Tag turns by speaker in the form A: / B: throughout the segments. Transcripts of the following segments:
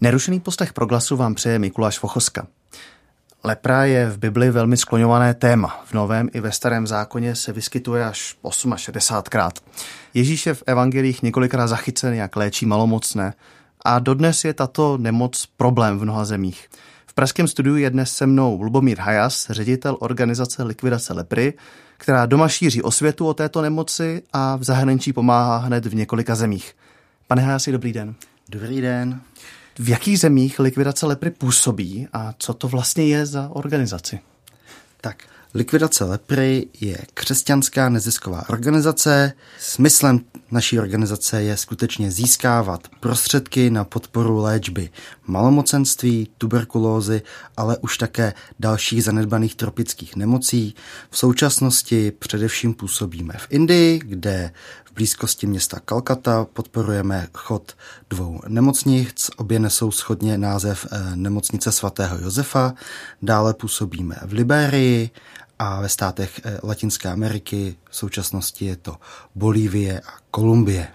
A: Nerušený poslech Proglasu vám přeje Mikuláš Vochoska. Lepra je v Bibli velmi skloňované téma. V Novém i ve Starém zákoně se vyskytuje až 68krát. Ježíš je v evangelích několikrát zachycen, jak léčí malomocné. A dodnes je tato nemoc problém v mnoha zemích. V pražském studiu je dnes se mnou Lubomír Hajas, ředitel organizace Likvidace lepry, která doma šíří osvětu o této nemoci a v zahraničí pomáhá hned v několika zemích. Pane Hajasi, dobrý den.
B: Dobrý den.
A: V jakých zemích Likvidace lepry působí a co to vlastně je za organizaci?
B: Tak, Likvidace lepry je křesťanská nezisková organizace. Smyslem naší organizace je skutečně získávat prostředky na podporu léčby malomocenství, tuberkulózy, ale už také dalších zanedbaných tropických nemocí. V současnosti především působíme v Indii, kde v blízkosti města Kalkata podporujeme chod 2 nemocnic, obě nesou shodně název Nemocnice svatého Josefa. Dále působíme v Libérii a ve státech Latinské Ameriky, v současnosti je to Bolívie a Kolumbie.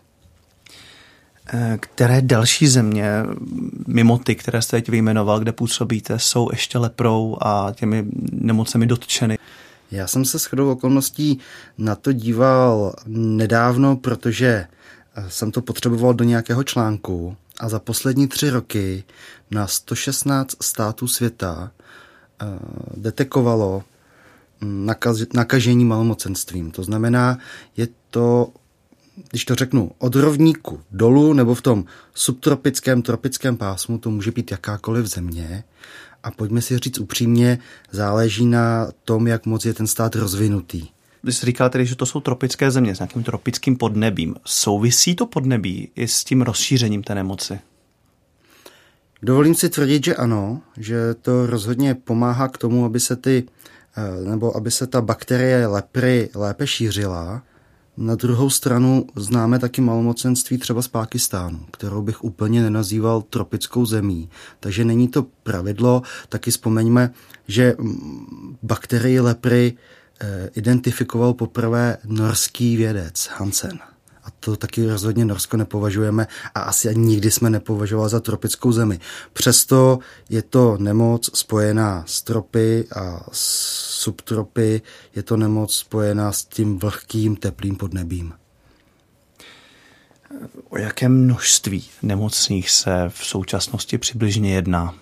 A: Které další země, mimo ty, které jste teď vyjmenoval, kde působíte, jsou ještě leprou a těmi nemocemi dotčeny?
B: Já jsem se shodou okolností na to díval nedávno, protože jsem to potřeboval do nějakého článku a za poslední 3 roky na 116 států světa detekovalo nakažení malomocenstvím. To znamená, je to, když to řeknu, od rovníku dolů nebo v tom subtropickém, tropickém pásmu, to může být jakákoliv země. A pojďme si říct upřímně, záleží na tom, jak moc je ten stát rozvinutý.
A: Vy jste říkal tedy, že to jsou tropické země s nějakým tropickým podnebím. Souvisí to podnebí i s tím rozšířením té nemoci?
B: Dovolím si tvrdit, že ano, že to rozhodně pomáhá k tomu, aby se ta bakterie lepry lépe šířila. Na druhou stranu známe taky malomocenství třeba z Pákistánu, kterou bych úplně nenazýval tropickou zemí. Takže není to pravidlo. Taky vzpomeňme, že bakterii lepry identifikoval poprvé norský vědec Hansen. A to taky rozhodně Norsko nepovažujeme a asi ani nikdy jsme nepovažovali za tropickou zemi. Přesto je to nemoc spojená s tropy a s subtropy, je to nemoc spojená s tím vlhkým, teplým podnebím.
A: O jaké množství nemocných se v současnosti přibližně jedná?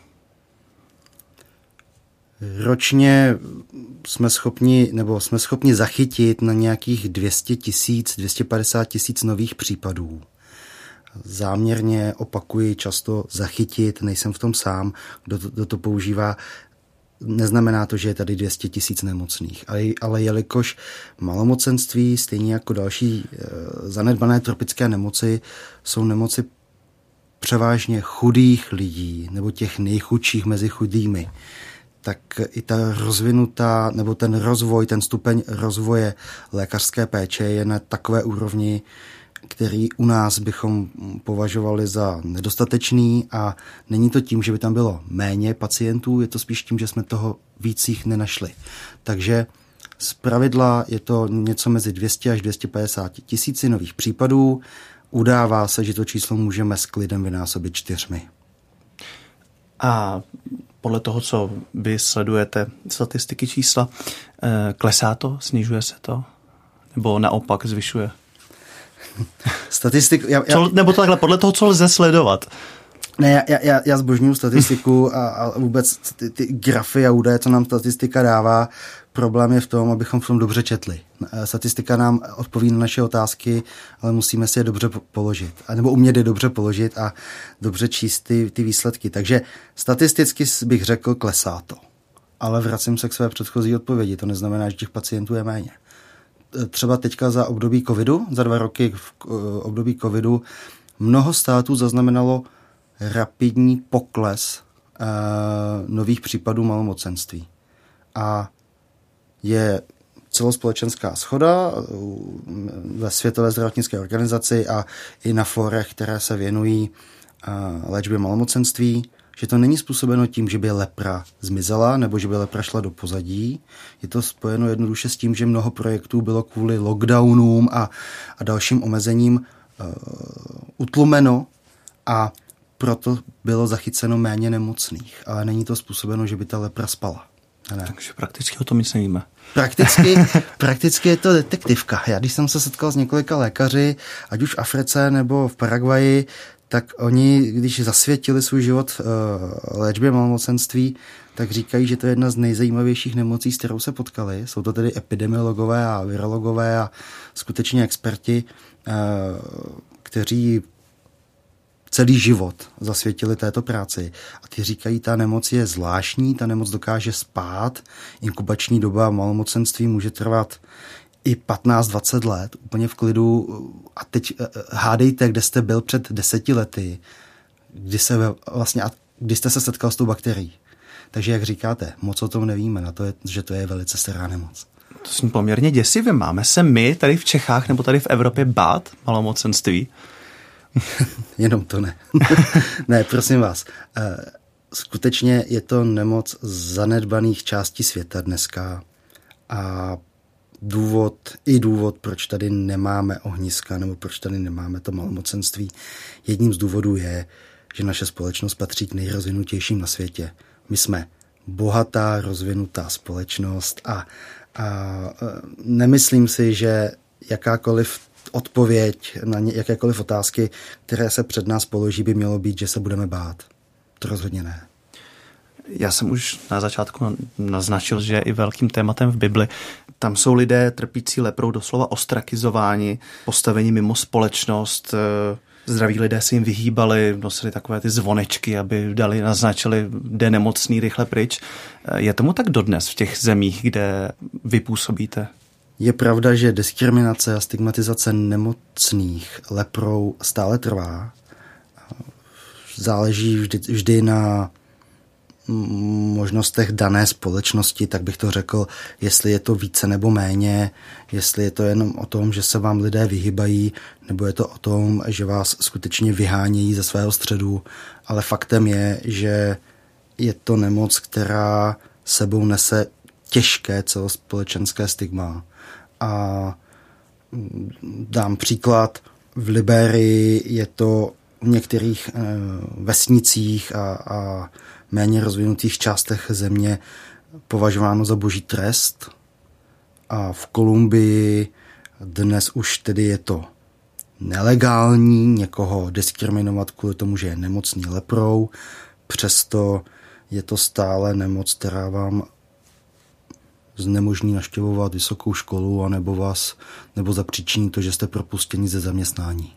B: Ročně jsme schopni zachytit na nějakých 200 000, 250 000 nových případů. Záměrně opakuji často zachytit, nejsem v tom sám, kdo to používá. Neznamená to, že je tady 200 000 nemocných, ale jelikož malomocenství, stejně jako další zanedbané tropické nemoci, jsou nemoci převážně chudých lidí nebo těch nejchudších mezi chudými, tak i ta rozvinutá, nebo ten rozvoj, ten stupeň rozvoje lékařské péče je na takové úrovni, který u nás bychom považovali za nedostatečný a není to tím, že by tam bylo méně pacientů, je to spíš tím, že jsme toho víc jich nenašli. Takže zpravidla je to něco mezi 200 až 250 000 nových případů. Udává se, že to číslo můžeme s klidem vynásobit 4.
A: A podle toho, co vy sledujete statistiky čísla, klesá to, snižuje se to? Nebo naopak zvyšuje? Nebo takhle, podle toho, co lze sledovat.
B: Ne, já zbožňuji statistiku a vůbec ty grafy a údaje, co nám statistika dává. Problém je v tom, abychom v tom dobře četli. Statistika nám odpoví na naše otázky, ale musíme si je dobře položit. Nebo umět je dobře položit a dobře číst ty výsledky. Takže statisticky bych řekl, klesá to. Ale vracím se k své předchozí odpovědi. To neznamená, že těch pacientů je méně. Třeba teďka za období covidu, za 2 roky v období covidu, mnoho států zaznamenalo rapidní pokles nových případů malomocenství. A je celospolečenská shoda ve Světové zdravotnické organizaci a i na fórech, které se věnují léčbě malomocenství, že to není způsobeno tím, že by lepra zmizela nebo že by lepra šla do pozadí. Je to spojeno jednoduše s tím, že mnoho projektů bylo kvůli lockdownům a dalším omezením utlumeno a proto bylo zachyceno méně nemocných, ale není to způsobeno, že by ta lepra spala. Ne.
A: Takže prakticky o tom nic nevíme.
B: Prakticky je to detektivka. Já když jsem se setkal s několika lékaři, ať už v Africe nebo v Paraguaji, tak oni, když zasvětili svůj život léčbě malomocenství, tak říkají, že to je jedna z nejzajímavějších nemocí, s kterou se potkali. Jsou to tedy epidemiologové a virologové a skutečně experti, kteří celý život zasvětili této práci. A ty říkají, ta nemoc je zvláštní, ta nemoc dokáže spát, inkubační doba malomocenství může trvat i 15-20 let, úplně v klidu. A teď hádejte, kde jste byl před 10 lety, kdy jste se setkal s tou bakterií. Takže jak říkáte, moc o tom nevíme, na to je, že to je velice stará nemoc.
A: To jsem poměrně děsivě. Máme se my tady v Čechách nebo tady v Evropě bát malomocenství?
B: Jenom to ne. Ne, prosím vás. Skutečně je to nemoc zanedbaných částí světa dneska a důvod, proč tady nemáme ohniska nebo proč tady nemáme to malomocenství, jedním z důvodů je, že naše společnost patří k nejrozvinutějším na světě. My jsme bohatá, rozvinutá společnost a nemyslím si, že jakákoliv odpověď na jakékoliv otázky, které se před nás položí, by mělo být, že se budeme bát. To rozhodně ne.
A: Já jsem už na začátku naznačil, že je i velkým tématem v Bibli. Tam jsou lidé trpící leprou doslova ostrakizováni, postavení mimo společnost. Zdraví lidé si jim vyhýbali, nosili takové ty zvonečky, aby naznačili, jde nemocný rychle pryč. Je tomu tak dodnes v těch zemích, kde vy působíte?
B: Je pravda, že diskriminace a stigmatizace nemocných leprou stále trvá. Záleží vždy na možnostech dané společnosti, tak bych to řekl, jestli je to více nebo méně, jestli je to jenom o tom, že se vám lidé vyhybají, nebo je to o tom, že vás skutečně vyhánějí ze svého středu, ale faktem je, že je to nemoc, která sebou nese těžké celospolečenské stigma. A dám příklad, v Liberii je to v některých vesnicích a méně rozvinutých částech země považováno za boží trest a v Kolumbii dnes už tedy je to nelegální někoho diskriminovat kvůli tomu, že je nemocný leprou, přesto je to stále nemoc, která vám znemožní navštěvovat vysokou školu nebo zapříčiní to, že jste propuštěni ze zaměstnání.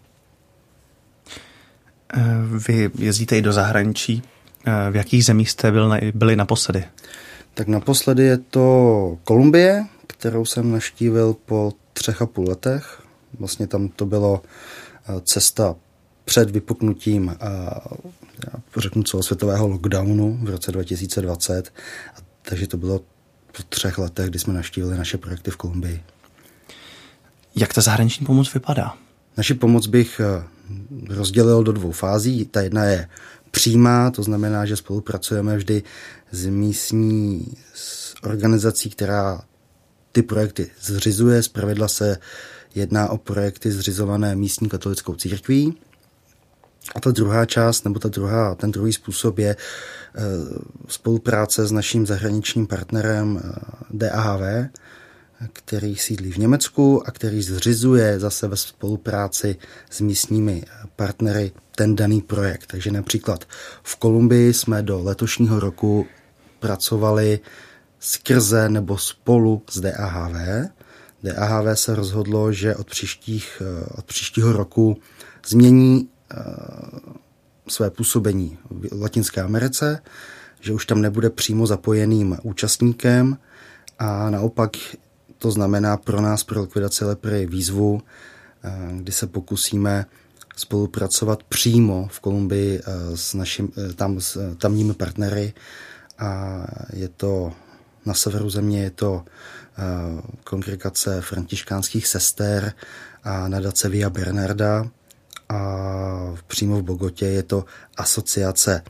A: Vy jezdíte i do zahraničí. V jakých zemích jste byli naposledy?
B: Tak naposledy je to Kolumbie, kterou jsem navštívil po 3,5 letech. Vlastně tam to bylo cesta před vypuknutím řeknu celosvětového lockdownu v roce 2020. Takže to bylo po 3 letech, kdy jsme navštívili naše projekty v Kolumbii.
A: Jak ta zahraniční pomoc vypadá?
B: Naši pomoc bych rozdělil do 2 fází. Ta jedna je přímá, to znamená, že spolupracujeme vždy s místní organizací, která ty projekty zřizuje. Zpravidla se jedná o projekty zřizované místní katolickou církví. A ta druhá část, nebo ten druhý způsob je spolupráce s naším zahraničním partnerem DAHV, který sídlí v Německu a který zřizuje zase ve spolupráci s místními partnery ten daný projekt. Takže například v Kolumbii jsme do letošního roku pracovali skrze nebo spolu s DAHV. DAHV se rozhodlo, že od příštího roku změní své působení v Latinské Americe, že už tam nebude přímo zapojeným účastníkem a naopak to znamená pro nás, pro likvidaci lepry, výzvu, kdy se pokusíme spolupracovat přímo v Kolumbii s tamními partnery a je to na severu země, je to kongregace františkánských sester a nadace Via Bernarda a přímo v Bogotě je to asociace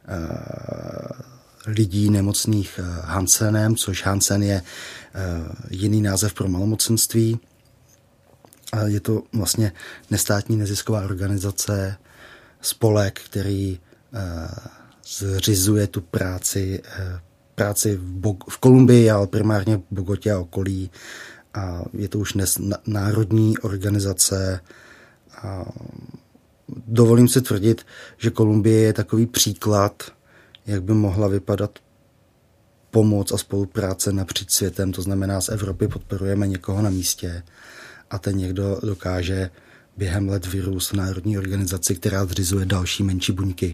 B: lidí nemocných Hansenem, což Hansen je jiný název pro malomocenství. A je to vlastně nestátní nezisková organizace, spolek, který zřizuje tu práci v Kolumbii, ale primárně v Bogotě a okolí. A je to už dnes národní organizace. A dovolím si tvrdit, že Kolumbie je takový příklad, jak by mohla vypadat pomoc a spolupráce napříč světem. To znamená, z Evropy podporujeme někoho na místě a ten někdo dokáže během let vyrůst v národní organizaci, která zřizuje další menší buňky.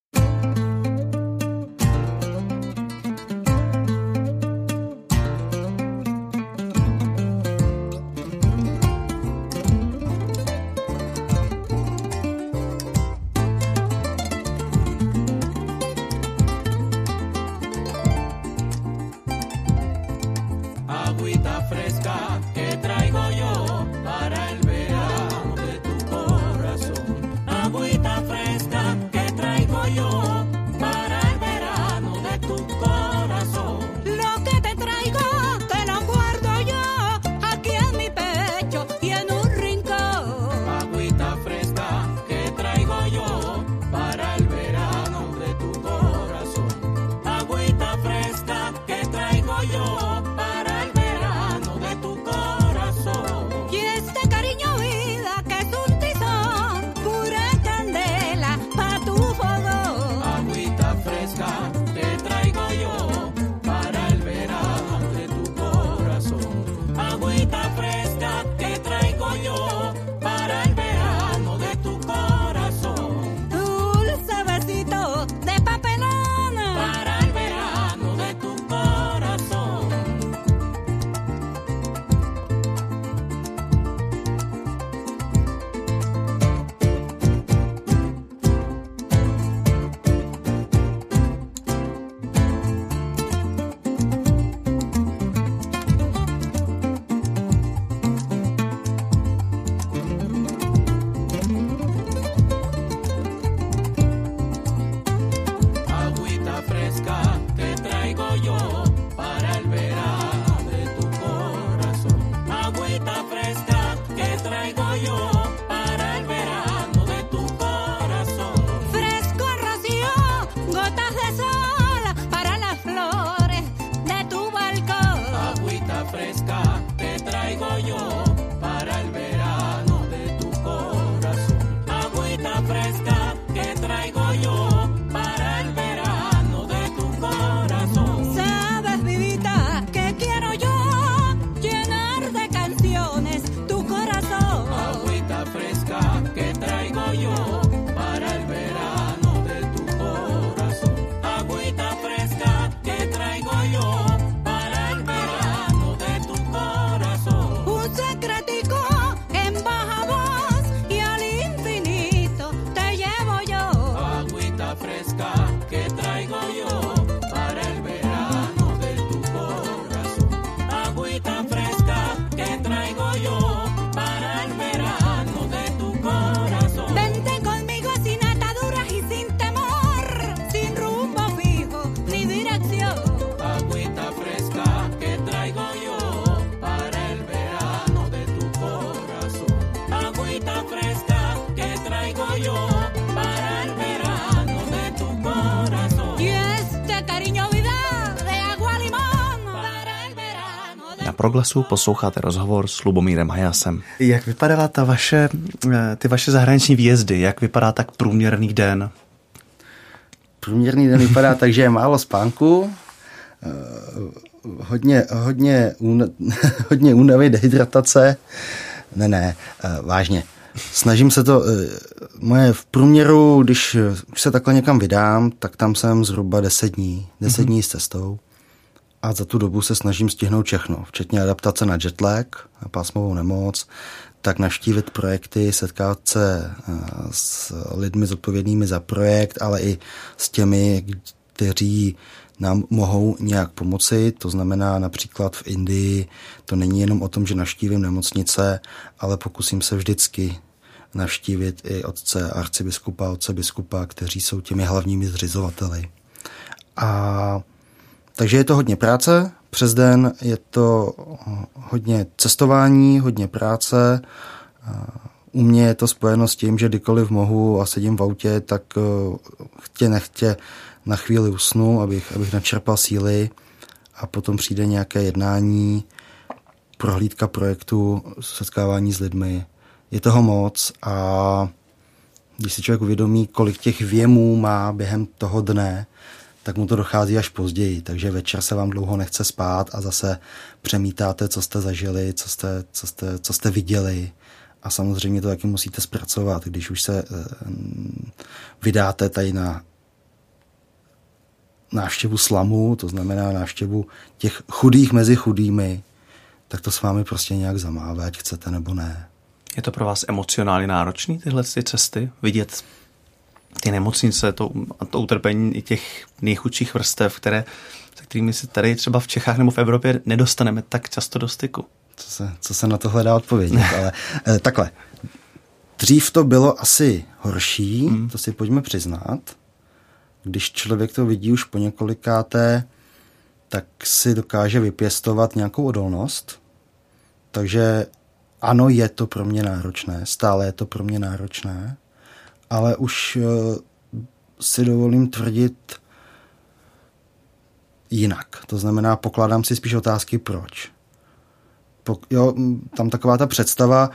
A: Proglasu posloucháte rozhovor s Lubomírem Hayasem. Jak vypadala ty vaše zahraniční výjezdy? Jak vypadá tak průměrný den?
B: Průměrný den vypadá tak, že je málo spánku, hodně únavy, dehydratace. Ne, vážně. Snažím se to, v průměru, když se takhle někam vydám, tak tam jsem zhruba 10 dní s cestou. A za tu dobu se snažím stihnout všechno, včetně adaptace na jetlag, na pásmovou nemoc, tak navštívit projekty, setkat se s lidmi zodpovědnými za projekt, ale i s těmi, kteří nám mohou nějak pomoci. To znamená například v Indii, to není jenom o tom, že navštívím nemocnice, ale pokusím se vždycky navštívit i otce arcibiskupa, otce biskupa, kteří jsou těmi hlavními zřizovateli. Takže je to hodně práce, přes den je to hodně cestování, hodně práce, U mě je to spojeno s tím, že kdykoliv mohu a sedím v autě, tak chtě nechtě na chvíli usnu, abych načerpal síly a potom přijde nějaké jednání, prohlídka projektu, setkávání s lidmi. Je toho moc a když si člověk uvědomí, kolik těch věmů má během toho dne, tak mu to dochází až později. Takže večer se vám dlouho nechce spát a zase přemítáte, co jste zažili, co jste viděli. A samozřejmě to taky musíte zpracovat. Když už se vydáte tady na návštěvu slamu, to znamená návštěvu těch chudých mezi chudými, tak to s vámi prostě nějak zamává, ať chcete nebo ne.
A: Je to pro vás emocionálně náročný tyhle cesty? Vidět ty nemocnice, to utrpení i těch nejchudších vrstev, se kterými se tady třeba v Čechách nebo v Evropě nedostaneme tak často do styku.
B: Co se na to hledá odpovědět, ale takhle. Dřív to bylo asi horší, to si pojďme přiznat. Když člověk to vidí už po několikáté, tak si dokáže vypěstovat nějakou odolnost. Takže ano, je to pro mě náročné, stále je to pro mě náročné, ale už si dovolím tvrdit jinak. To znamená, pokládám si spíš otázky proč. Tam taková ta představa,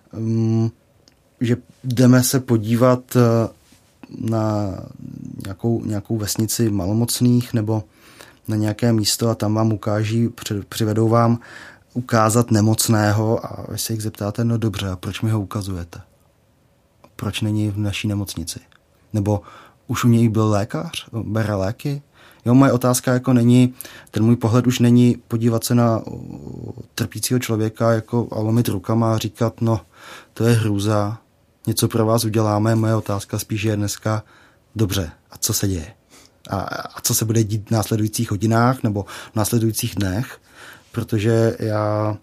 B: že jdeme se podívat na nějakou vesnici malomocných nebo na nějaké místo a tam vám přivedou vám ukázat nemocného a vy se jich zeptáte, no dobře, a proč mi ho ukazujete? Proč není v naší nemocnici? Nebo už u něj byl lékař? Bere léky? Jo, moje otázka jako není, ten můj pohled už není podívat se na trpícího člověka jako a lomit rukama a říkat, no, to je hrůza, něco pro vás uděláme. Moje otázka spíš je dneska, dobře, a co se děje? A co se bude dít v následujících hodinách nebo v následujících dnech? Protože já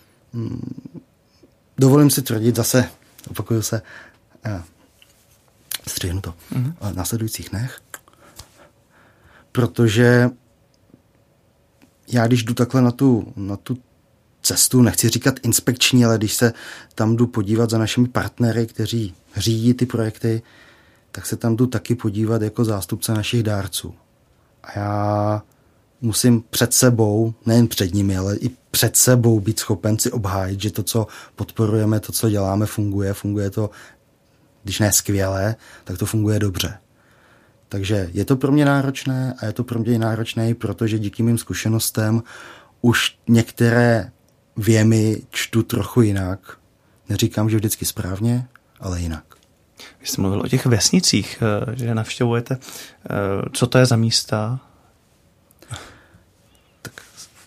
B: dovolím si tvrdit zase, opakuju se, střihnu to, v následujících dnech, protože já když jdu takhle na tu cestu, nechci říkat inspekční, ale když se tam jdu podívat za našimi partnery, kteří řídí ty projekty, tak se tam jdu taky podívat jako zástupce našich dárců. A já musím před sebou, nejen před nimi, ale i před sebou být schopen si obhájit, že to, co podporujeme, to, co děláme, funguje to, když ne skvěle, tak to funguje dobře. Takže je to pro mě náročné a je to pro mě náročné, protože díky mým zkušenostem už některé věmy čtu trochu jinak. Neříkám, že vždycky správně, ale jinak.
A: Vy jste mluvil o těch vesnicích, že navštěvujete. Co to je za místa?
B: Tak.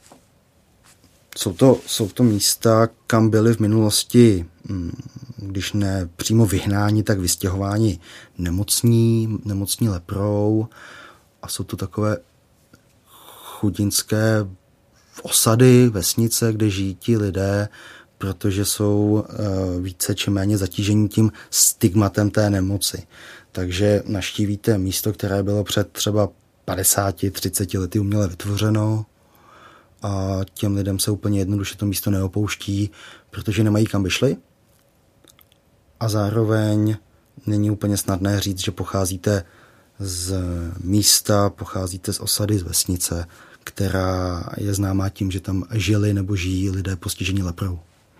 B: Jsou to místa, kam byli v minulosti, když ne přímo vyhnáni, tak vystěhováni nemocní leprou a jsou to takové chudinské osady, vesnice, kde žijí ti lidé, protože jsou více či méně zatížení tím stigmatem té nemoci. Takže navštívíte místo, které bylo před třeba 50-30 lety uměle vytvořeno a těm lidem se úplně jednoduše to místo neopouští, protože nemají kam by šli. A zároveň není úplně snadné říct, že pocházíte z místa, pocházíte z osady, z vesnice, která je známá tím, že tam žili nebo žijí lidé postižení leprou.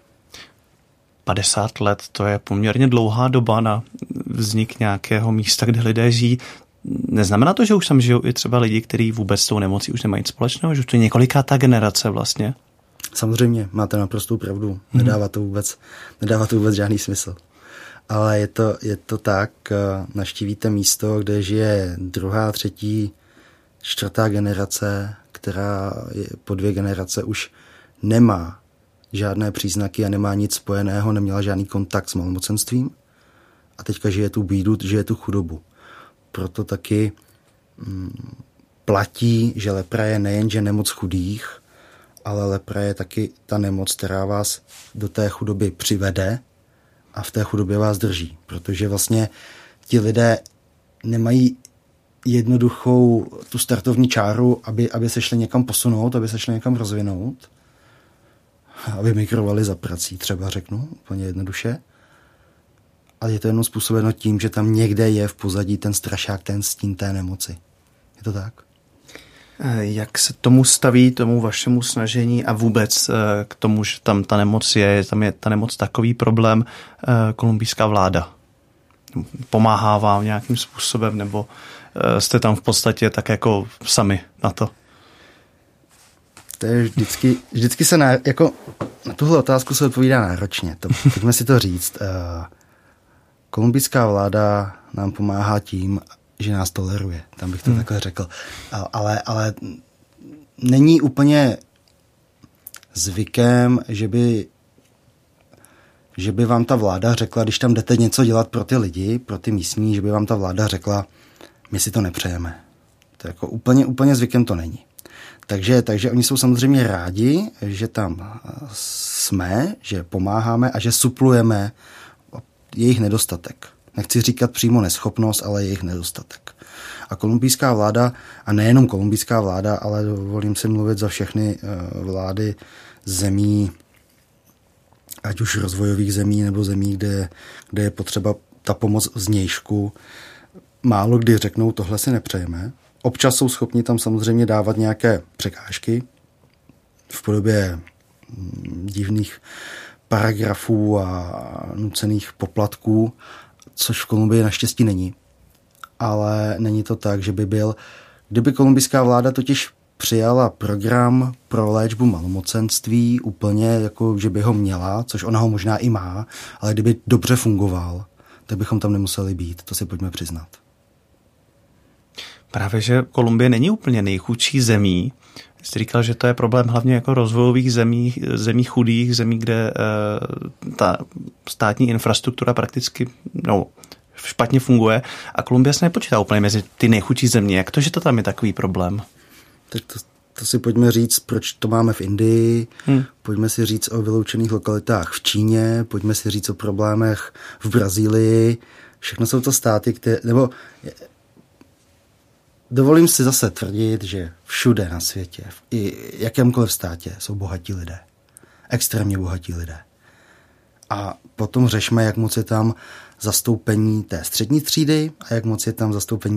A: 50 let, to je poměrně dlouhá doba na vznik nějakého místa, kde lidé žijí. Neznamená to, že už tam žijou i třeba lidi, kteří vůbec s tou nemocí už nemají nic společného, že už to je několikátá generace vlastně?
B: Samozřejmě, máte naprostou pravdu. Nedává to vůbec žádný smysl. Ale je to tak, navštívíte místo, kde žije druhá, třetí, čtvrtá generace, která po 2 generace už nemá žádné příznaky a nemá nic spojeného, neměla žádný kontakt s malomocenstvím a teďka žije tu bídu, žije tu chudobu. Proto taky platí, že lepra je nejenže nemoc chudých, ale lepra je taky ta nemoc, která vás do té chudoby přivede a v té chudobě vás drží. Protože vlastně ti lidé nemají jednoduchou tu startovní čáru, aby se šli někam posunout, aby se šli někam rozvinout, aby migrovali za prací, třeba řeknu, úplně jednoduše. ale je to jenom způsobeno tím, že tam někde je v pozadí ten strašák, ten stín té nemoci. Je to tak?
A: Jak se tomu staví, tomu vašemu snažení a vůbec k tomu, že tam ta nemoc je, tam je ta nemoc takový problém, kolumbijská vláda? Pomáhá vám nějakým způsobem, nebo jste tam v podstatě tak jako sami na to?
B: To je vždycky se jako na tuhle otázku se odpovídá náročně. Pojďme si to říct. Kolumbijská nám pomáhá tím, že nás toleruje. Tam bych to takhle řekl. Ale není úplně zvykem, že by vám ta vláda řekla, když tam jdete něco dělat pro ty lidi, pro ty místní, že by vám ta vláda řekla, my si to nepřejeme. To jako úplně zvykem to není. Takže oni jsou samozřejmě rádi, že tam jsme, že pomáháme a že suplujeme jejich nedostatek. Nechci říkat přímo neschopnost, ale jejich nedostatek. A kolumbijská vláda, a nejenom kolumbijská vláda, ale dovolím si mluvit za všechny vlády zemí, ať už rozvojových zemí nebo zemí, kde je potřeba ta pomoc zvnějšku, málo kdy řeknou, tohle si nepřejeme. Občas jsou schopni tam samozřejmě dávat nějaké překážky v podobě divných paragrafů a nucených poplatků, což v Kolumbii naštěstí není. Ale není to tak, že by byl... Kdyby kolumbijská vláda totiž přijala program pro léčbu malomocenství úplně, jako že by ho měla, což ona ho možná i má, ale kdyby dobře fungoval, tak bychom tam nemuseli být. To si pojďme přiznat.
A: Právě, že Kolumbie není úplně nejchudší zemí. Jste říkal, že to je problém hlavně jako rozvojových zemí chudých, zemí, kde ta státní infrastruktura prakticky špatně funguje a Kolumbie se nepočítá úplně mezi ty nejchudší země. Jak to, že to tam je takový problém?
B: Tak to si pojďme říct, proč to máme v Indii, pojďme si říct o vyloučených lokalitách v Číně, pojďme si říct o problémech v Brazílii. Všechno jsou to státy, dovolím si zase tvrdit, že všude na světě, i jakémkoliv státě, jsou bohatí lidé. Extrémně bohatí lidé. A potom řešme, jak moc je tam zastoupení té střední třídy a jak moc je tam zastoupení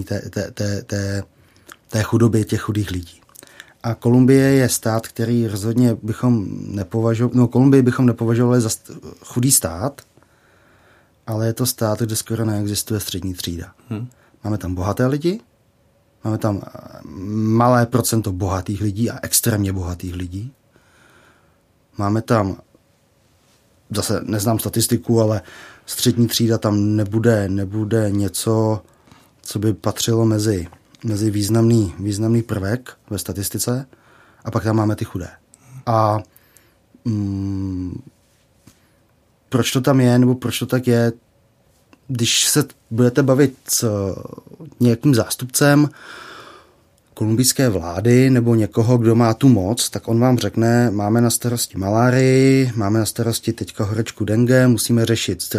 B: té chudoby těch chudých lidí. A Kolumbie je stát, který rozhodně bychom nepovažovali, Kolumbii bychom nepovažovali za chudý stát, ale je to stát, kde skoro neexistuje střední třída. Máme tam bohaté lidi, máme tam malé procento bohatých lidí a extrémně bohatých lidí. Máme tam, zase neznám statistiku, ale střední třída tam nebude něco, co by patřilo mezi významný prvek ve statistice, a pak tam máme ty chudé. A proč to tam je, nebo proč to tak je, když se budete bavit s nějakým zástupcem kolumbijské vlády nebo někoho, kdo má tu moc, tak on vám řekne, máme na starosti malárii, máme na starosti teďka horečku dengue, musíme řešit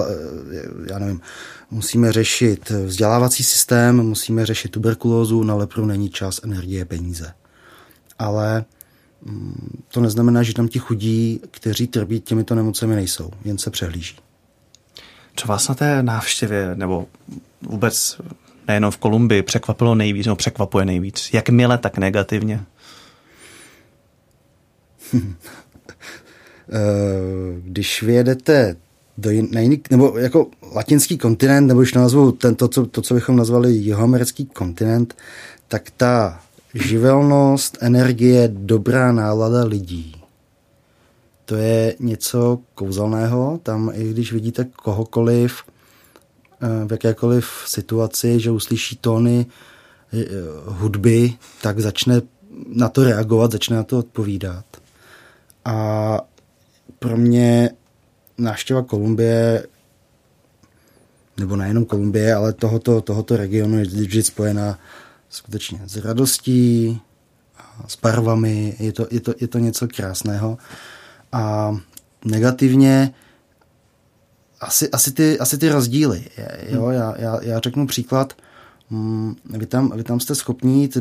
B: musíme řešit vzdělávací systém, musíme řešit tuberkulózu, na lepru není čas, energie, peníze. Ale to neznamená, že tam ti chudí, kteří trpí těmito nemocemi, nejsou, jen se přehlíží.
A: Co vás na té návštěvě, nebo vůbec nejenom v Kolumbii, překvapilo nejvíc, nebo překvapuje nejvíc? Jak mile, tak negativně?
B: Když vyjedete na jiný, nebo jako latinský kontinent, nebo už nazvu to, co bychom nazvali jihoamerický kontinent, tak ta živelnost, energie, dobrá nálada lidí, to je něco kouzelného. Tam, i když vidíte kohokoliv v jakékoliv situaci, že uslyší tóny hudby, tak začne na to reagovat, začne na to odpovídat. A pro mě návštěva Kolumbie, nebo nejenom Kolumbie, ale tohoto regionu je vždy spojená skutečně s radostí, s barvami, je to něco krásného. A negativně asi ty rozdíly. Jo? Já řeknu příklad. Vy tam jste schopni jít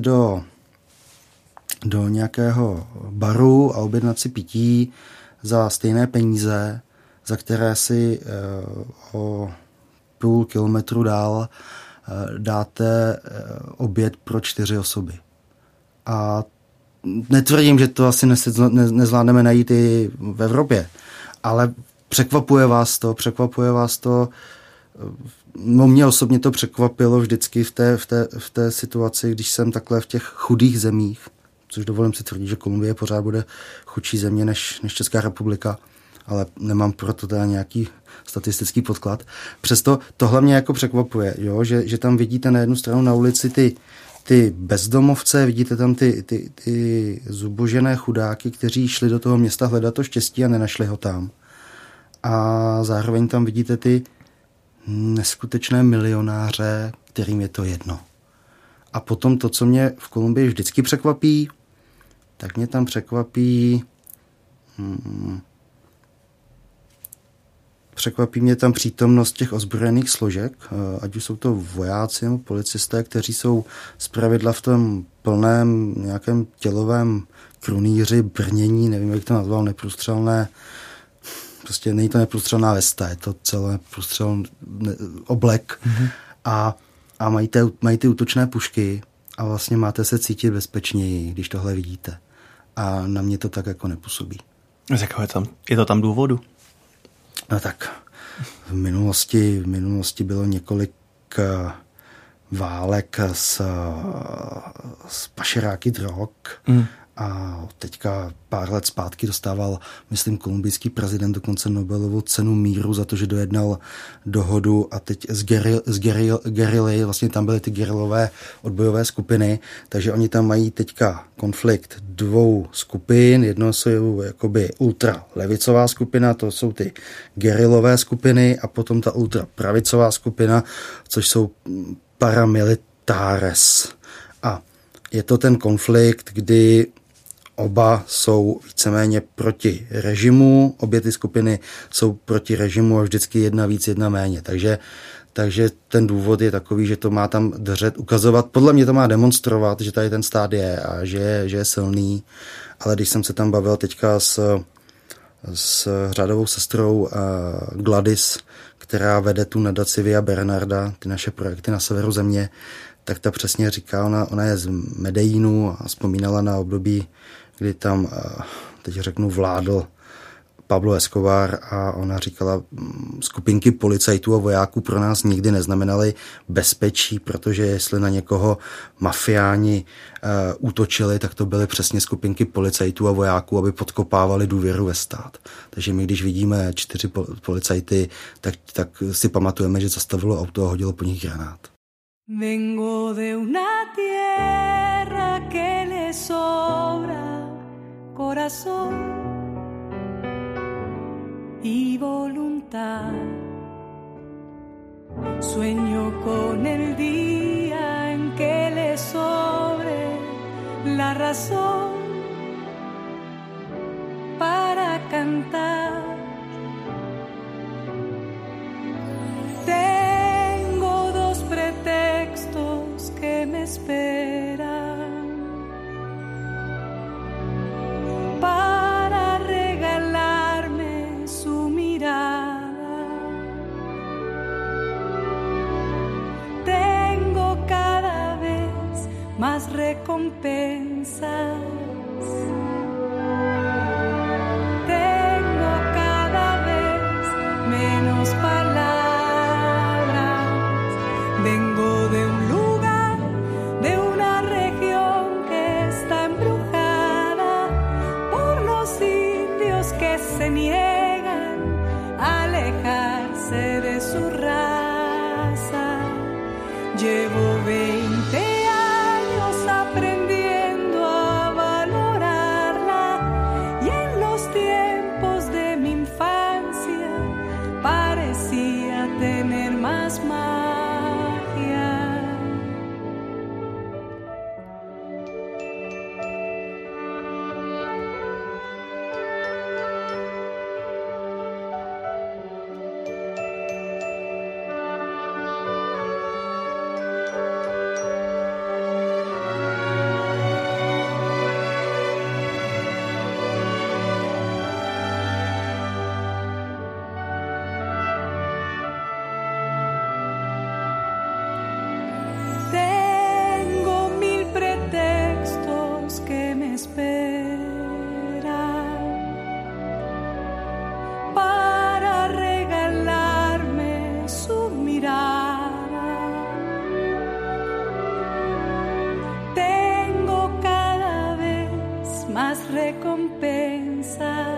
B: do nějakého baru a objednat si pití za stejné peníze, za které si o půl kilometru dál dáte oběd pro 4 osoby. A netvrdím, že to asi nezvládneme najít i v Evropě, ale překvapuje vás to. No, mě osobně to překvapilo vždycky v té situaci, když jsem takhle v těch chudých zemích, což dovolím si tvrdit, že Kolumbie pořád bude chudší země než Česká republika, ale nemám proto teda nějaký statistický podklad. Přesto tohle mě jako překvapuje, jo? Že tam vidíte na jednu stranu na ulici ty bezdomovce, vidíte tam ty zubožené chudáky, kteří šli do toho města hledat to štěstí a nenašli ho tam. A zároveň tam vidíte ty neskutečné milionáře, kterým je to jedno. A potom to, co mě v Kolumbii vždycky překvapí, tak mě tam překvapí mě tam přítomnost těch ozbrojených složek, ať už jsou to vojáci nebo policisté, kteří jsou zpravidla v tom plném nějakém tělovém krunýři, brnění, nevím, jak to nazval, neprůstřelné. Prostě není to neprůstřelná vesta, je to celé průstřelný oblek. Mm-hmm. A mají ty útočné pušky a vlastně máte se cítit bezpečněji, když tohle vidíte. A na mě to tak jako nepůsobí.
A: Z jakého je to tam důvodu?
B: No tak, v minulosti bylo několik válek s pašeráky drog a teďka pár let zpátky dostával, myslím, kolumbijský prezident dokonce Nobelovu cenu míru za to, že dojednal dohodu a teď z gerily, vlastně tam byly ty gerilové odbojové skupiny, takže oni tam mají teďka konflikt 2 skupin, jedno jsou jakoby ultralevicová skupina, to jsou ty gerilové skupiny a potom ta ultrapravicová skupina, což jsou paramilitares. A je to ten konflikt, kdy oba jsou víceméně proti režimu, obě ty skupiny jsou proti režimu a vždycky jedna víc, jedna méně. Takže ten důvod je takový, že to má tam držet, ukazovat, podle mě to má demonstrovat, že tady ten stát je a že je silný, ale když jsem se tam bavil teďka s řádovou sestrou Gladys, která vede tu nadaci Via Bernarda, ty naše projekty na severu země, tak ta přesně říká, ona je z Medellínu a vzpomínala na období, kdy tam, teď řeknu, vládl Pablo Escobar a ona říkala, skupinky policajtů a vojáků pro nás nikdy neznamenaly bezpečí, protože jestli na někoho mafiáni útočili, tak to byly přesně skupinky policajtů a vojáků, aby podkopávali důvěru ve stát. Takže my, když vidíme 4 policajty, tak si pamatujeme, že zastavilo auto a hodilo po nich granát.
C: Vengo de una tierra que le sobra corazón y voluntad. Sueño con el día en que le sobre la razón para cantar. Tengo 2 pretextos que me esperan para regalarme su mirada. Tengo cada vez más recompensas. Tengo cada vez menos palabras. Vengo de un lugar, de una región que está embrujada por los indios que se niegan a alejarse de su raza. Llevo 20 años aprendiendo a valorar recompensas.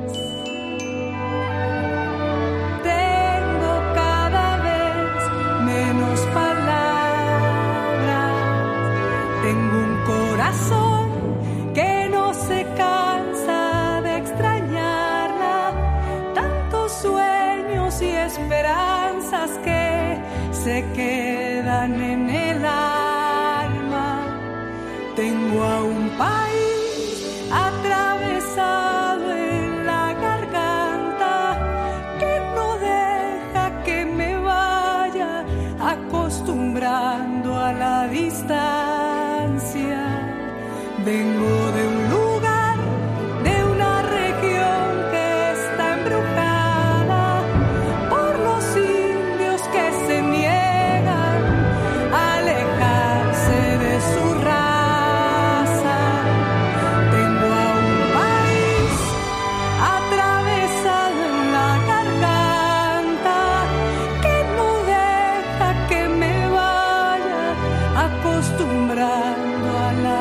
C: Tengo cada vez menos palabras. Tengo un corazón que no se cansa de extrañarla. Tantos sueños y esperanzas que se quedan en el alma. Tengo a un país atravesado en la garganta que no deja que me vaya acostumbrando a la distancia. Vengo de un lugar, de una región que está embrujada por los indios que se niegan a alejarse de su raza. Tengo a un país atravesado en la garganta que no deja que me vaya acostumbrando a la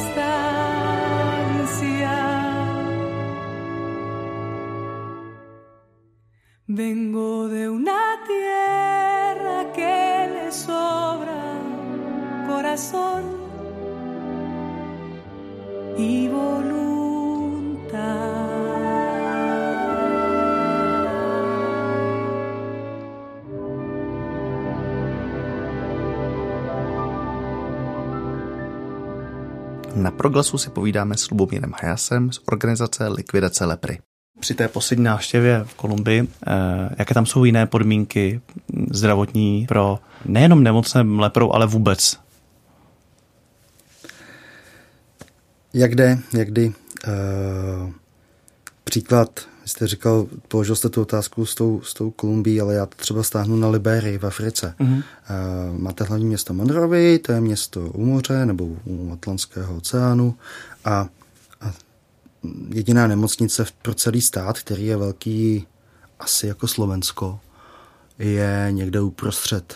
C: distancia. Vengo de una tierra que le sobra corazón y voluntad.
A: Na Proglasu si povídáme s Lubomírem Hayasem z organizace Likvidace lepry. Při té poslední návštěvě v Kolumbii, jaké tam jsou jiné podmínky zdravotní pro nejenom nemocné leprou, ale vůbec?
B: Jak kdy. Příklad, jste říkal, položil jste tu otázku s tou Kolumbií, ale já to třeba stáhnu na Liberii v Africe. Mm-hmm. Máte hlavní město Monrovii, to je město u moře nebo u Atlantského oceánu a jediná nemocnice pro celý stát, který je velký asi jako Slovensko, je někde uprostřed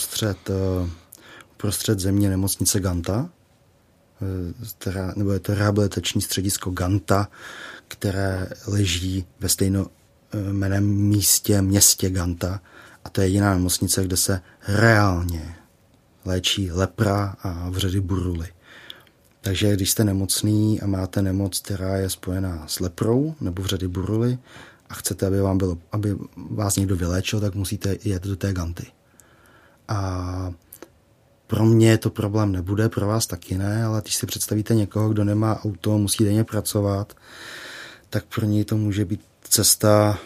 B: země nemocnice Ganta, nebo je to rehabilitační středisko Ganta, které leží ve stejnojmenném městě Ganta, a to je jediná nemocnice, kde se reálně léčí lepra a vředy buruly. Takže když jste nemocný a máte nemoc, která je spojená s leprou nebo vředy buruly a chcete, aby vás někdo vyléčil, tak musíte jet do té Ganty. A pro mě to problém nebude, pro vás taky ne, ale když si představíte někoho, kdo nemá auto, musí denně pracovat, tak pro něj to může být cesta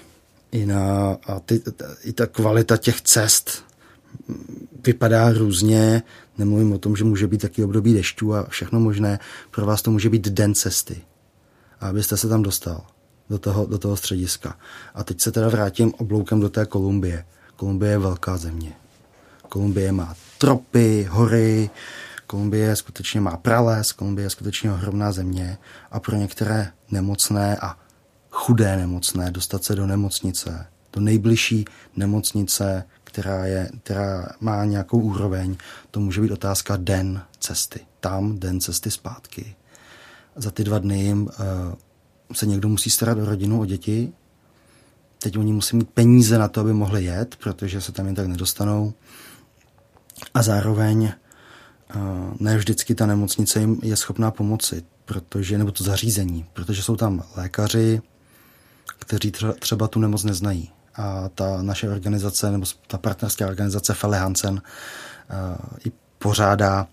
B: i ta kvalita těch cest vypadá různě. Nemluvím o tom, že může být taky období dešťů a všechno možné. Pro vás to může být den cesty. A abyste se tam dostal do toho střediska. A teď se teda vrátím obloukem do té Kolumbie. Kolumbie je velká země. Kolumbie má tropy, hory, Kolumbie skutečně má prales, Kolumbie je skutečně ohromná země a pro některé nemocné a chudé nemocné dostat se do nemocnice, do nejbližší nemocnice, která má nějakou úroveň, to může být otázka den cesty. Tam den cesty zpátky. Za ty 2 dny jim se někdo musí starat o rodinu, o děti. Teď oni musí mít peníze na to, aby mohli jet, protože se tam jen tak nedostanou. A zároveň ne vždycky ta nemocnice jim je schopná pomoci, nebo to zařízení, protože jsou tam lékaři, kteří třeba tu nemoc neznají. A ta naše organizace, nebo ta partnerská organizace Felle Hansen i pořádá,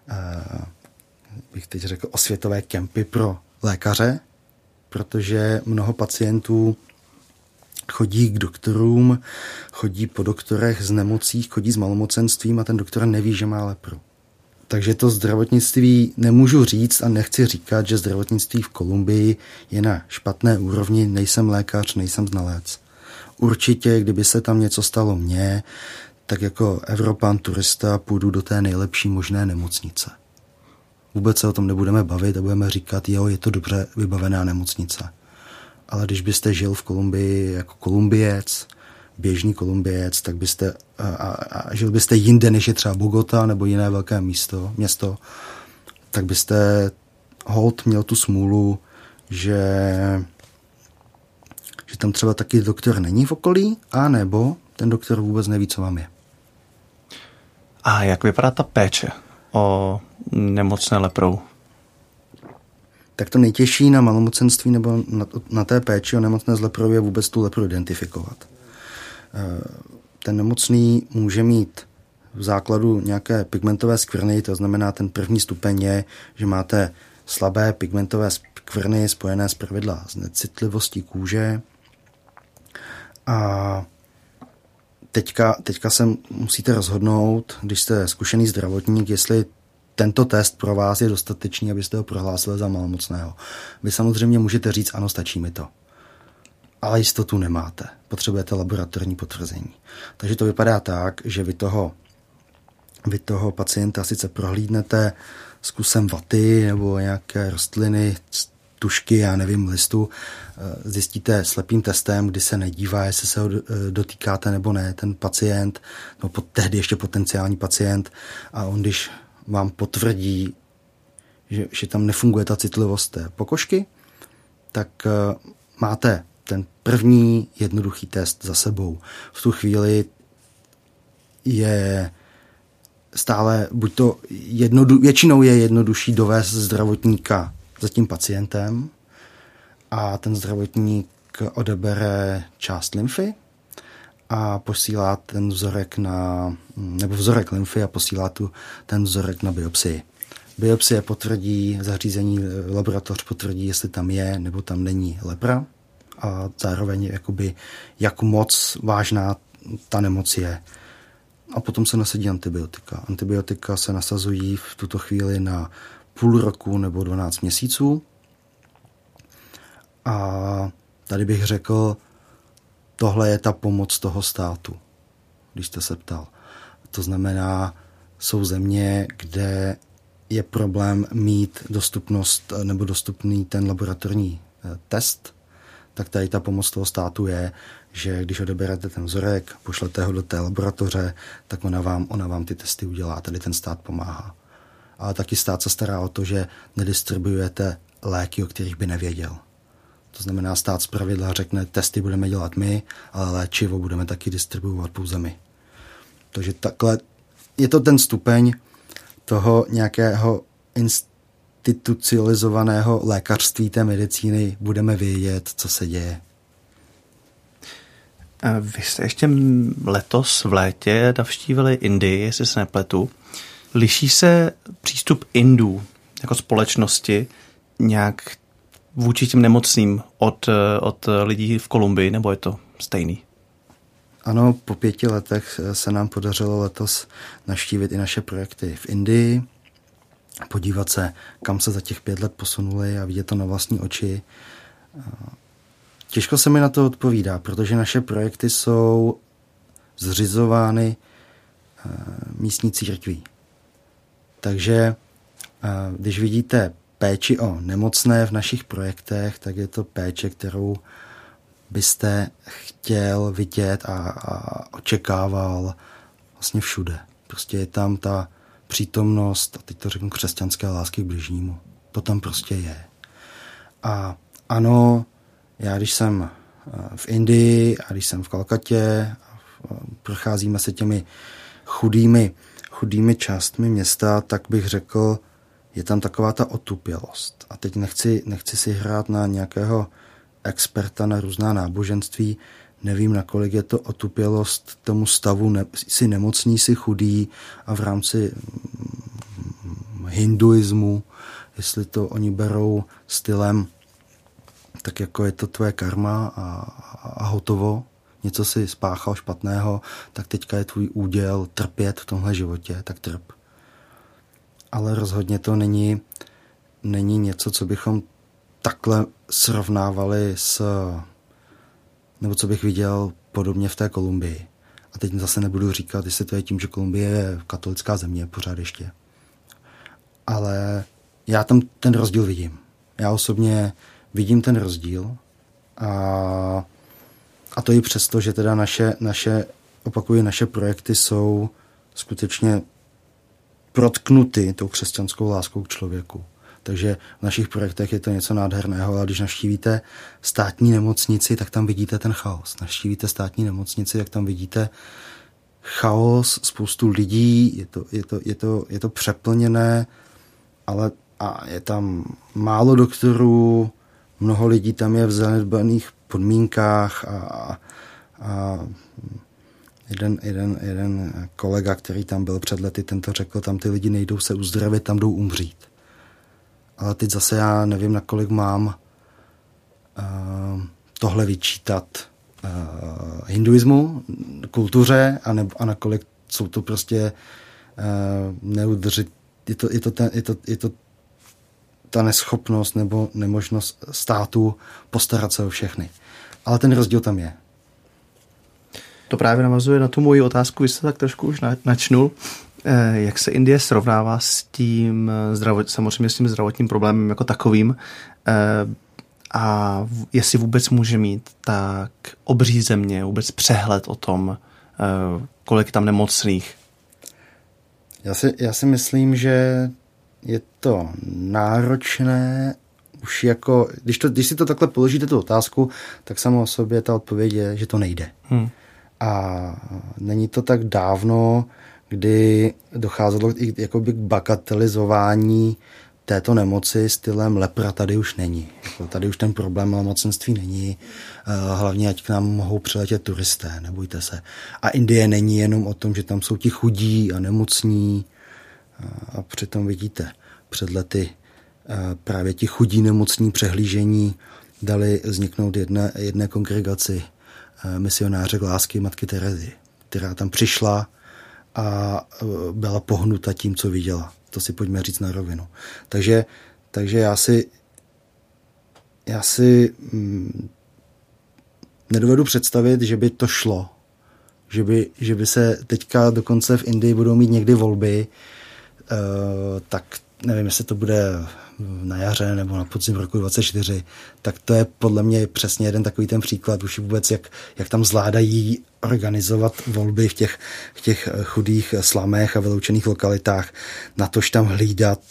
B: bych teď řekl, osvětové kempy pro lékaře, protože mnoho pacientů chodí k doktorům, chodí po doktorech z nemocí, chodí s malomocenstvím a ten doktor neví, že má lepru. Takže to zdravotnictví nemůžu říct a nechci říkat, že zdravotnictví v Kolumbii je na špatné úrovni, nejsem lékař, nejsem znalec. Určitě, kdyby se tam něco stalo mně, tak jako Evropan, turista půjdu do té nejlepší možné nemocnice. Vůbec se o tom nebudeme bavit a budeme říkat, jo, je to dobře vybavená nemocnice. Ale když byste žil v Kolumbii jako Kolumbiec, běžný Kolumbiec, tak byste a žil byste jinde, než je třeba Bogota nebo jiné velké město, tak byste holt měl tu smůlu, že tam třeba taky doktor není v okolí, anebo ten doktor vůbec neví, co vám je.
A: A jak vypadá ta péče o nemocné leprou?
B: Tak to nejtěžší na malomocenství nebo na té péči o nemocné z leprou je vůbec tu lepru identifikovat. Ten nemocný může mít v základu nějaké pigmentové skvrny, to znamená ten první stupeň je, že máte slabé pigmentové skvrny spojené zpravidla s necitlivostí kůže a teďka se musíte rozhodnout, když jste zkušený zdravotník, jestli tento test pro vás je dostatečný, abyste ho prohlásili za malomocného. Vy samozřejmě můžete říct, ano, stačí mi to. Ale jistotu nemáte. Potřebujete laboratorní potvrzení. Takže to vypadá tak, že vy toho pacienta sice prohlídnete s kusem vaty nebo nějaké rostliny, tušky, já nevím, listu, zjistíte slepým testem, kdy se nedívá, jestli se ho dotýkáte nebo ne, ten pacient, nebo tehdy ještě potenciální pacient, a on, když vám potvrdí, že tam nefunguje ta citlivost té pokožky, tak máte ten první jednoduchý test za sebou. V tu chvíli je stále, buď to většinou je jednodušší dovést zdravotníka za tím pacientem a ten zdravotník odebere část lymfy a posílá ten vzorek nebo vzorek lymfy a posílá ten vzorek na biopsii. Biopsie potvrdí, zařízení laboratoř potvrdí, jestli tam je nebo tam není lepra a zároveň jakoby, jak moc vážná ta nemoc je. A potom se nasadí antibiotika. Antibiotika se nasazují v tuto chvíli na půl roku nebo 12 měsíců. A tady bych řekl, tohle je ta pomoc toho státu, když jste se ptal. To znamená, jsou země, kde je problém mít dostupnost nebo dostupný ten laboratorní test, tak tady ta pomoc toho státu je, že když odeberete ten vzorek, pošlete ho do té laboratoře, tak ona vám ty testy udělá. Tady ten stát pomáhá. Ale taky stát se stará o to, že nedistribuujete léky, o kterých by nevěděl. To znamená, stát zpravidla řekne, testy budeme dělat my, ale léčivo budeme taky distribuovat pouze my. Takže takhle je to ten stupeň toho nějakého institucionalizovaného lékařství té medicíny, budeme vědět, co se děje.
A: Vy jste ještě letos v létě navštívili Indii, jestli se nepletu. Liší se přístup Indů jako společnosti nějak vůči těm nemocným od lidí v Kolumbii, nebo je to stejný?
B: Ano, po 5 letech se nám podařilo letos navštívit i naše projekty v Indii, podívat se, kam se za těch 5 let posunuli a vidět to na vlastní oči. Těžko se mi na to odpovídá, protože naše projekty jsou zřizovány místní církví. Takže když vidíte péči o nemocné v našich projektech, tak je to péče, kterou byste chtěl vidět a očekával vlastně všude. Prostě je tam ta přítomnost, a teď to řeknu, křesťanské lásky k bližnímu. To tam prostě je. A ano, já když jsem v Indii a když jsem v Kalkatě, procházíme se těmi chudými částmi města, tak bych řekl, je tam taková ta otupělost. A teď nechci si hrát na nějakého experta na různá náboženství. Nevím, nakolik je to otupělost tomu stavu, si nemocný, si chudý, a v rámci hinduismu, jestli to oni berou stylem, tak jako je to tvoje karma a hotovo. Něco si spáchal špatného, tak teďka je tvůj úděl trpět v tomhle životě, tak trp. Ale rozhodně to není něco, co bychom takhle srovnávali nebo co bych viděl podobně v té Kolumbii. A teď zase nebudu říkat, jestli to je tím, že Kolumbie je katolická země pořád ještě. Ale já tam ten rozdíl vidím. Já osobně vidím ten rozdíl a to i přesto, že teda naše projekty jsou skutečně protknuty tou křesťanskou láskou k člověku. Takže v našich projektech je to něco nádherného, ale když navštívíte státní nemocnici, tak tam vidíte ten chaos. Navštívíte státní nemocnici, tak tam vidíte chaos, spoustu lidí, je to přeplněné, ale a je tam málo doktorů, mnoho lidí tam je v zanedbaných podmínkách a jeden kolega, který tam byl před lety, ten to řekl, tam ty lidi nejdou se uzdravit, tam jdou umřít. Ale teď zase já nevím, nakolik mám tohle vyčítat hinduismu, kultuře a nakolik jsou to prostě je to ta neschopnost nebo nemožnost státu postarat se o všechny. Ale ten rozdíl tam je.
A: To právě navazuje na tu moji otázku, vy jste tak trošku už načnul. Jak se Indie srovnává s tím samozřejmě s tím zdravotním problémem jako takovým a jestli vůbec může mít tak obří země vůbec přehled o tom, kolik tam nemocných?
B: Já si myslím, že je to náročné už jako, když si to takhle položíte tu otázku, tak samo o sobě ta odpověď je, že to nejde. A není to tak dávno, kdy docházelo jakoby k bagatelizování této nemoci stylem lepra tady už není. Tady už ten problém malmocenství není. Hlavně, ať k nám mohou přiletět turisté, nebojte se. A Indie není jenom o tom, že tam jsou ti chudí a nemocní. A přitom vidíte, před lety právě ti chudí nemocní přehlížení dali vzniknout jedné kongregaci misionářek lásky matky Terezy, která tam přišla a byla pohnuta tím, co viděla. To si pojďme říct na rovinu. Takže já si nedovedu představit, že by to šlo. Že by se teďka dokonce v Indii budou mít někdy volby, tak nevím, jestli to bude na jaře nebo na podzim roku 2024, tak to je podle mě přesně jeden takový ten příklad, už vůbec jak tam zvládají organizovat volby v těch chudých slamech a vyloučených lokalitách, natož tam hlídat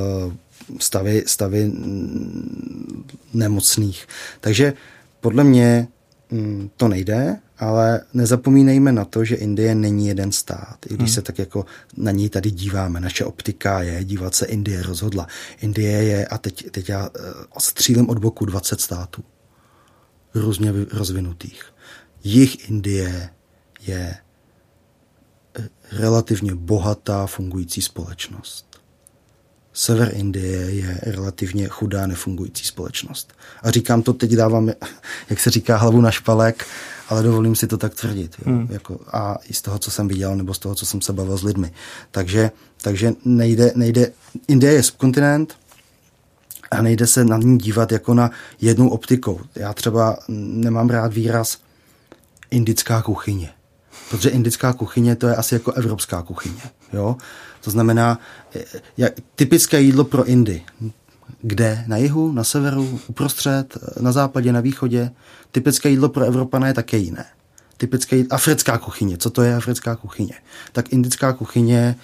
B: stavy nemocných. Takže podle mě to nejde, ale nezapomínejme na to, že Indie není jeden stát. I když se tak jako na ní tady díváme, naše optika je dívat se, Indie rozhodla. Indie je, a teď já střílím od boku 20 států různě rozvinutých. Jih Indie je relativně bohatá fungující společnost. Sever Indie je relativně chudá nefungující společnost. A říkám to, teď dávám, jak se říká, hlavu na špalek, ale dovolím si to tak tvrdit. Jo? Jako, a i z toho, co jsem viděl, nebo z toho, co jsem se bavil s lidmi. Takže nejde. Indie je subkontinent a nejde se na ní dívat jako na jednou optikou. Já třeba nemám rád výraz indická kuchyně. Protože indická kuchyně to je asi jako evropská kuchyně. Jo? To znamená, typické jídlo pro Indii. Kde? Na jihu, na severu, uprostřed, na západě, na východě. Typické jídlo pro Evropana je také jiné. Africká kuchyně. Co to je africká kuchyně? Tak indická kuchyně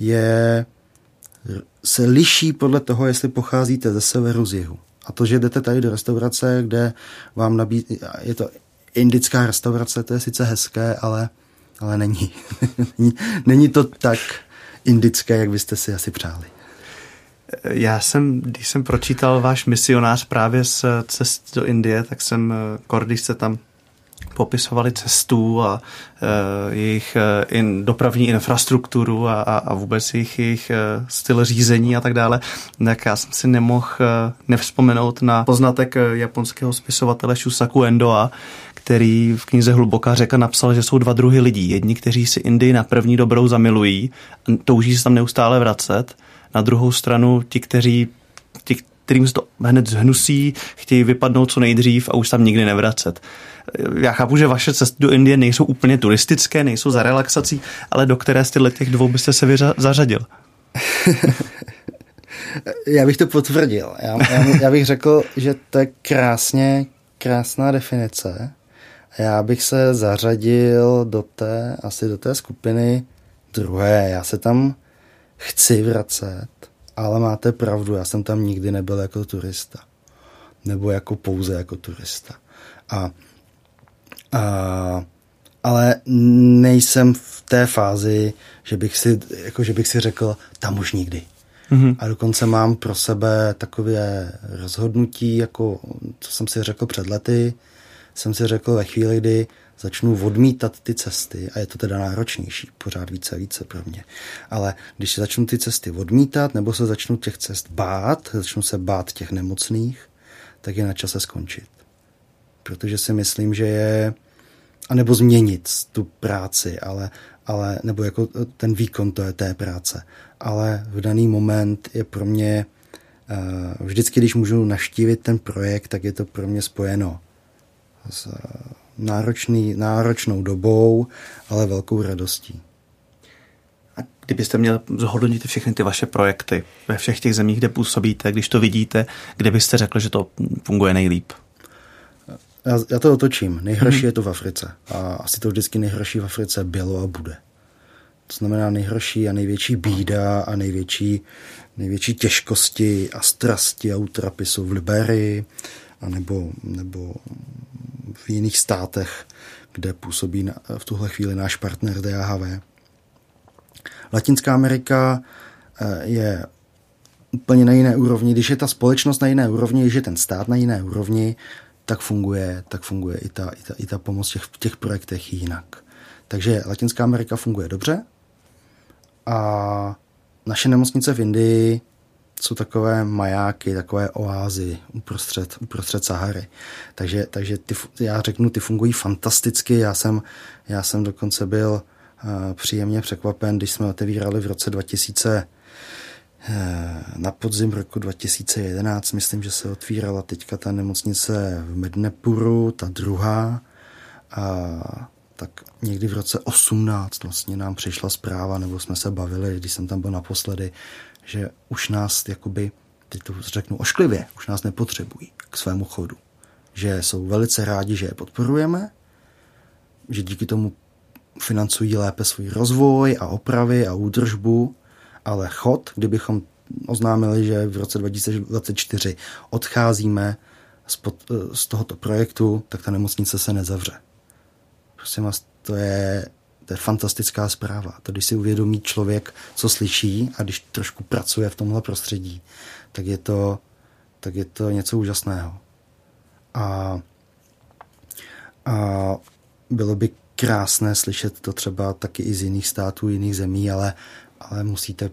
B: se liší podle toho, jestli pocházíte ze severu, z jihu. A to, že jdete tady do restaurace, kde vám nabízí, je to indická restaurace, to je sice hezké, ale není. Není to tak indické, jak byste si asi přáli.
A: Když jsem pročítal váš misionář právě z cest do Indie, tak jsem, když jste tam popisovali cestu a jejich dopravní infrastrukturu a vůbec jejich styl řízení a tak dále, tak já jsem si nemohl nevzpomenout na poznatek japonského spisovatele Shusaku Endoa, který v knize Hluboká řeka napsal, že jsou dva druhy lidí. Jedni, kteří si Indii na první dobrou zamilují, touží se tam neustále vracet. Na druhou stranu kterým se to hned zhnusí, chtějí vypadnout co nejdřív a už tam nikdy nevracet. Já chápu, že vaše cesty do Indie nejsou úplně turistické, nejsou za relaxací, ale do které z těch dvou byste se zařadil?
B: Já bych to potvrdil. Já bych řekl, že to je krásná definice. Já bych se zařadil do té skupiny druhé. Já se tam chci vracet, ale máte pravdu, já jsem tam nikdy nebyl jako turista. Nebo jako pouze jako turista. Ale nejsem v té fázi, že bych si řekl, tam už nikdy. Mm-hmm. A dokonce mám pro sebe takové rozhodnutí, jako co jsem si řekl před lety, jsem si řekl ve chvíli, kdy začnu odmítat ty cesty, a je to teda náročnější, pořád více pro mě. Ale když začnu ty cesty odmítat, nebo se začnu těch cest bát, začnu se bát těch nemocných, tak je na čase skončit. Protože si myslím, že je, anebo změnit tu práci, ale nebo jako ten výkon té práce. Ale v daný moment je pro mě, vždycky, když můžu navštívit ten projekt, tak je to pro mě spojeno s náročnou dobou, ale velkou radostí.
A: A kdybyste měl zhodnotit všechny ty vaše projekty ve všech těch zemích, kde působíte, když to vidíte, kde byste řekl, že to funguje nejlíp?
B: Já to otočím. Nejhorší je to v Africe. A asi to vždycky nejhorší v Africe bylo a bude. To znamená nejhorší a největší bída a největší těžkosti a strasti a útrapy jsou v Liberii a nebo v jiných státech, kde působí v tuhle chvíli náš partner DAHV. Latinská Amerika je úplně na jiné úrovni. Když je ta společnost na jiné úrovni, když je ten stát na jiné úrovni, tak funguje i ta pomoc v těch projektech jinak. Takže Latinská Amerika funguje dobře a naše nemocnice v Indii jsou takové majáky, takové oázy uprostřed Sahary. Takže já řeknu, ty fungují fantasticky. Já jsem dokonce byl příjemně překvapen, když jsme otevírali v roce 2000 na podzim roku 2011, myslím, že se otvírala teďka ta nemocnice v Medinepuru, ta druhá. Tak někdy v roce 18 vlastně nám přišla zpráva, nebo jsme se bavili, když jsem tam byl naposledy, že už nás, jakoby, teď to řeknu ošklivě, už nás nepotřebují k svému chodu. Že jsou velice rádi, že je podporujeme, že díky tomu financují lépe svůj rozvoj a opravy a údržbu, ale chod, kdybychom oznámili, že v roce 2024 odcházíme z tohoto projektu, tak ta nemocnice se nezavře. Prosím vás, to je fantastická zpráva. To, když si uvědomí člověk, co slyší a když trošku pracuje v tomhle prostředí, tak je to něco úžasného. A bylo by krásné slyšet to třeba taky i z jiných států, jiných zemí, ale musíte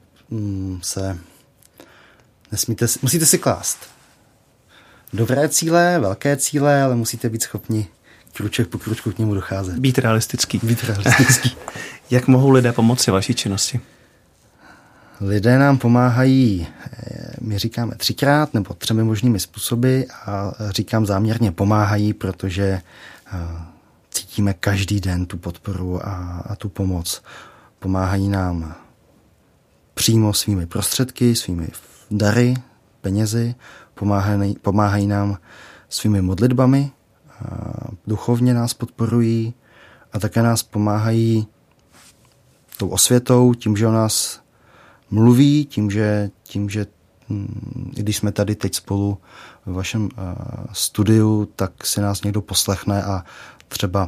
B: si klást dobré cíle, velké cíle, ale musíte být schopni kruček po kručku k němu docházet.
A: Být realistický. Jak mohou lidé pomoci vaší činnosti?
B: Lidé nám pomáhají, my říkáme 3krát nebo 3 možnými způsoby a říkám záměrně pomáhají, protože cítíme každý den tu podporu a tu pomoc. Pomáhají nám přímo svými prostředky, svými dary, penězi, pomáhají nám svými modlitbami, duchovně nás podporují a také nás pomáhají tou osvětou, tím, že o nás mluví, tím, že i když jsme tady teď spolu v vašem studiu, tak si nás někdo poslechne a třeba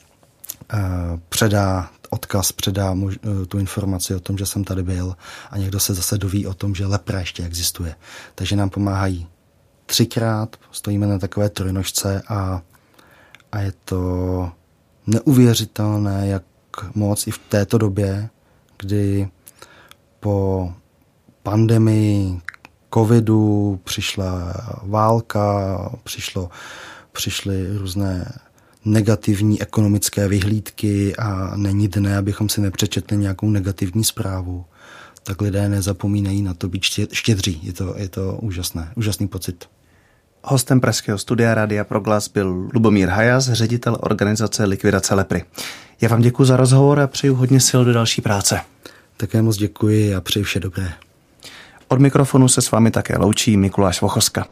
B: předá odkaz, předá tu informaci o tom, že jsem tady byl a někdo se zase doví o tom, že lepra ještě existuje. Takže nám pomáhají 3krát, stojíme na takové trojnožce a je to neuvěřitelné, jak moc i v této době, kdy po pandemii covidu přišla válka, přišly různé negativní ekonomické vyhlídky a není dne, abychom si nepřečetli nějakou negativní zprávu, tak lidé nezapomínají na to být štědří. Je to úžasný pocit.
A: Hostem Pražského studia Rádia Proglas byl Lubomír Hajas, ředitel organizace Likvidace lepry. Já vám děkuji za rozhovor a přeju hodně sil do další práce.
B: Také moc děkuji a přeji vše dobré.
A: Od mikrofonu se s vámi také loučí Mikuláš Vochoska.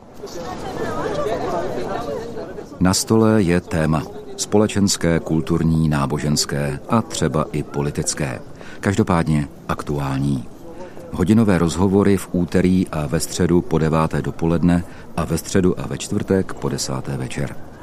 D: Na stole je téma. Společenské, kulturní, náboženské a třeba i politické. Každopádně aktuální. Hodinové rozhovory v úterý a ve středu po 9. dopoledne a ve středu a ve čtvrtek po 10. večer.